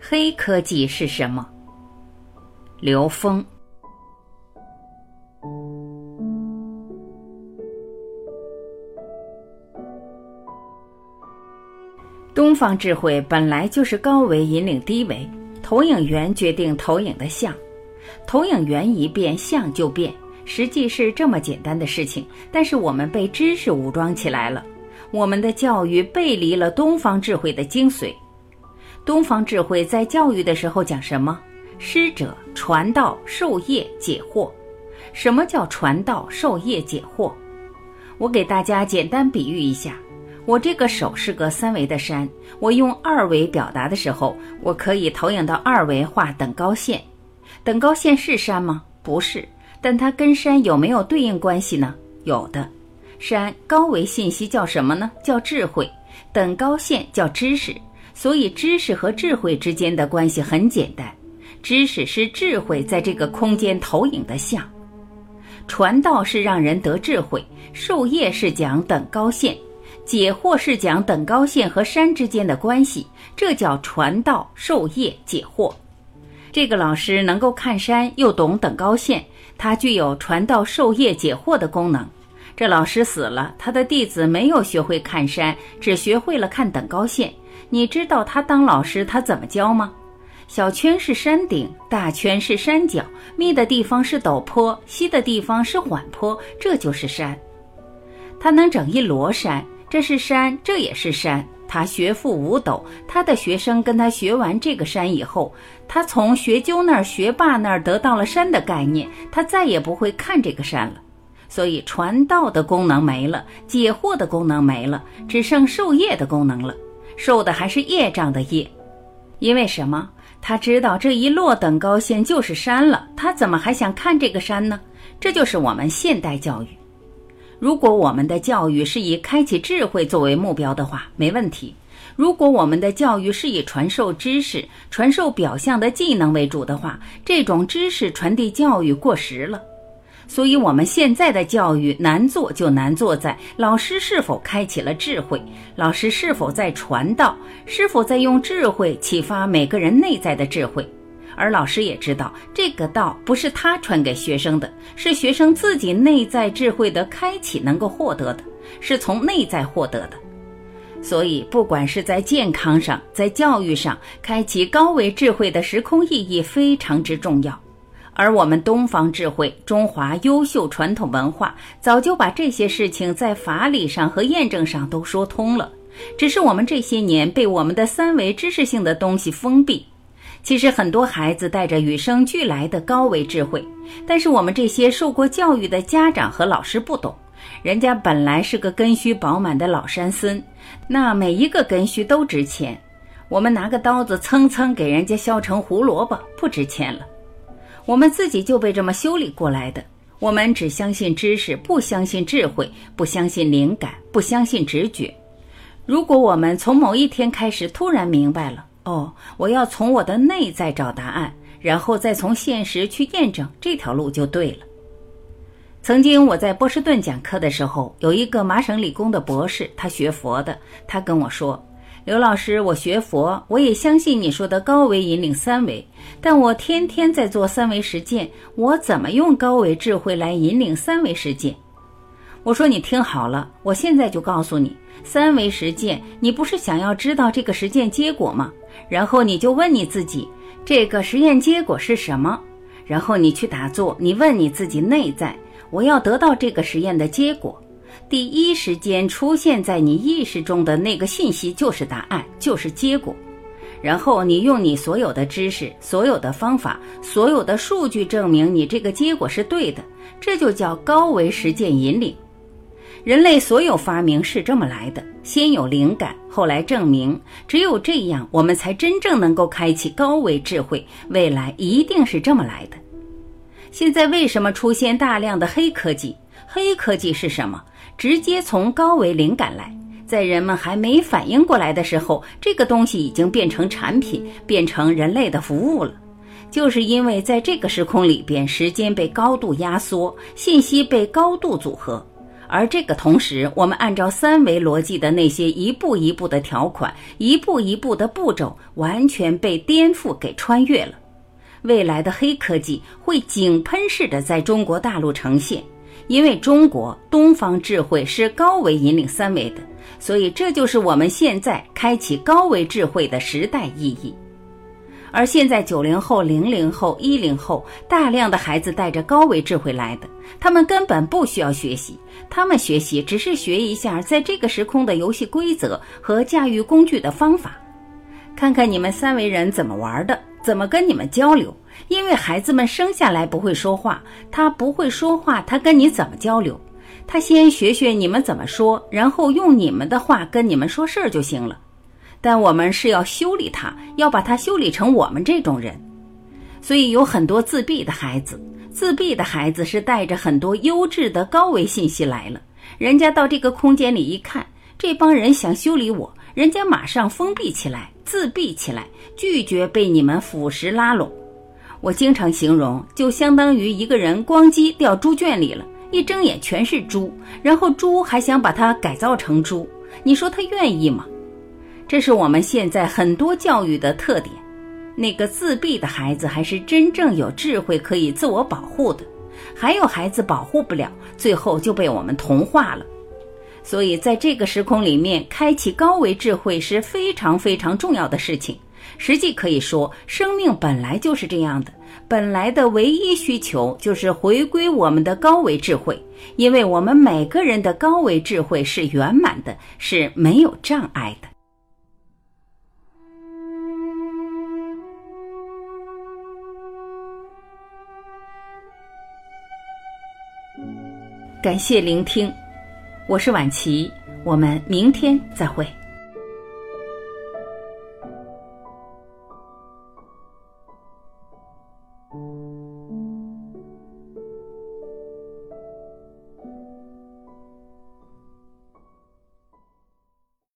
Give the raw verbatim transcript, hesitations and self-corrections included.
黑科技是什么？刘峰。东方智慧本来就是高维引领低维，投影源决定投影的像，投影源一变，像就变，实际是这么简单的事情，但是我们被知识武装起来了，我们的教育背离了东方智慧的精髓。东方智慧在教育的时候讲什么？师者，传道授业解惑。什么叫传道授业解惑？我给大家简单比喻一下，我这个手是个三维的山，我用二维表达的时候，我可以投影到二维画等高线。等高线是山吗？不是，但它跟山有没有对应关系呢？有的。山高维信息叫什么呢？叫智慧，等高线叫知识。所以知识和智慧之间的关系很简单，知识是智慧在这个空间投影的像。传道是让人得智慧，授业是讲等高线，解惑是讲等高线和山之间的关系，这叫传道授业解惑。这个老师能够看山又懂等高线，他具有传道授业解惑的功能。这老师死了，他的弟子没有学会看山，只学会了看等高线。你知道他当老师他怎么教吗？小圈是山顶，大圈是山脚，密的地方是陡坡，稀的地方是缓坡，这就是山。他能整一摞山，这是山，这也是山。他学富五斗，他的学生跟他学完这个山以后，他从学究那儿学霸那儿得到了山的概念，他再也不会看这个山了。所以传道的功能没了，解惑的功能没了，只剩授业的功能了，受的还是业障的业。因为什么？他知道这一落等高线就是山了，他怎么还想看这个山呢？这就是我们现代教育。如果我们的教育是以开启智慧作为目标的话，没问题。如果我们的教育是以传授知识、传授表象的技能为主的话，这种知识传递教育过时了。所以我们现在的教育难做就难做在老师是否开启了智慧，老师是否在传道，是否在用智慧启发每个人内在的智慧。而老师也知道，这个道不是他传给学生的，是学生自己内在智慧的开启能够获得的，是从内在获得的。所以不管是在健康上，在教育上，开启高维智慧的时空意义非常之重要。而我们东方智慧，中华优秀传统文化，早就把这些事情在法理上和验证上都说通了，只是我们这些年被我们的三维知识性的东西封闭。其实很多孩子带着与生俱来的高维智慧，但是我们这些受过教育的家长和老师不懂，人家本来是个根须饱满的老山参，那每一个根须都值钱，我们拿个刀子蹭蹭给人家削成胡萝卜，不值钱了。我们自己就被这么修理过来的，我们只相信知识，不相信智慧，不相信灵感，不相信直觉。如果我们从某一天开始突然明白了，哦，我要从我的内在找答案，然后再从现实去验证，这条路就对了。曾经我在波士顿讲课的时候，有一个麻省理工的博士，他学佛的，他跟我说，刘老师，我学佛，我也相信你说的高维引领三维，但我天天在做三维实践，我怎么用高维智慧来引领三维实践？我说你听好了，我现在就告诉你，三维实践，你不是想要知道这个实践结果吗？然后你就问你自己，这个实验结果是什么？然后你去打坐，你问你自己内在，我要得到这个实验的结果。第一时间出现在你意识中的那个信息就是答案，就是结果。然后你用你所有的知识，所有的方法，所有的数据证明你这个结果是对的，这就叫高维实践引领。人类所有发明是这么来的，先有灵感，后来证明，只有这样我们才真正能够开启高维智慧，未来一定是这么来的。现在为什么出现大量的黑科技？黑科技是什么？直接从高维灵感来，在人们还没反应过来的时候，这个东西已经变成产品，变成人类的服务了。就是因为在这个时空里边，时间被高度压缩，信息被高度组合， 而这个同时，我们按照三维逻辑的那些一步一步的条款，一步一步的步骤，完全被颠覆给穿越了。未来的黑科技会井喷式的在中国大陆呈现，因为中国东方智慧是高维引领三维的，所以这就是我们现在开启高维智慧的时代意义。而现在九零后、零零后、一零后，大量的孩子带着高维智慧来的，他们根本不需要学习，他们学习只是学一下在这个时空的游戏规则和驾驭工具的方法。看看你们三维人怎么玩的，怎么跟你们交流，因为孩子们生下来不会说话，他不会说话，他跟你怎么交流？他先学学你们怎么说，然后用你们的话跟你们说事儿就行了。但我们是要修理他，要把他修理成我们这种人。所以有很多自闭的孩子，自闭的孩子是带着很多优质的高维信息来了，人家到这个空间里一看，这帮人想修理我，人家马上封闭起来，自闭起来，拒绝被你们腐蚀拉拢。我经常形容，就相当于一个人光机掉猪圈里了，一睁眼全是猪，然后猪还想把它改造成猪，你说他愿意吗？这是我们现在很多教育的特点。那个自闭的孩子还是真正有智慧可以自我保护的，还有孩子保护不了，最后就被我们同化了。所以在这个时空里面，开启高维智慧是非常非常重要的事情。实际可以说，生命本来就是这样的，本来的唯一需求就是回归我们的高维智慧，因为我们每个人的高维智慧是圆满的，是没有障碍的。感谢聆听，我是婉琪，我们明天再会。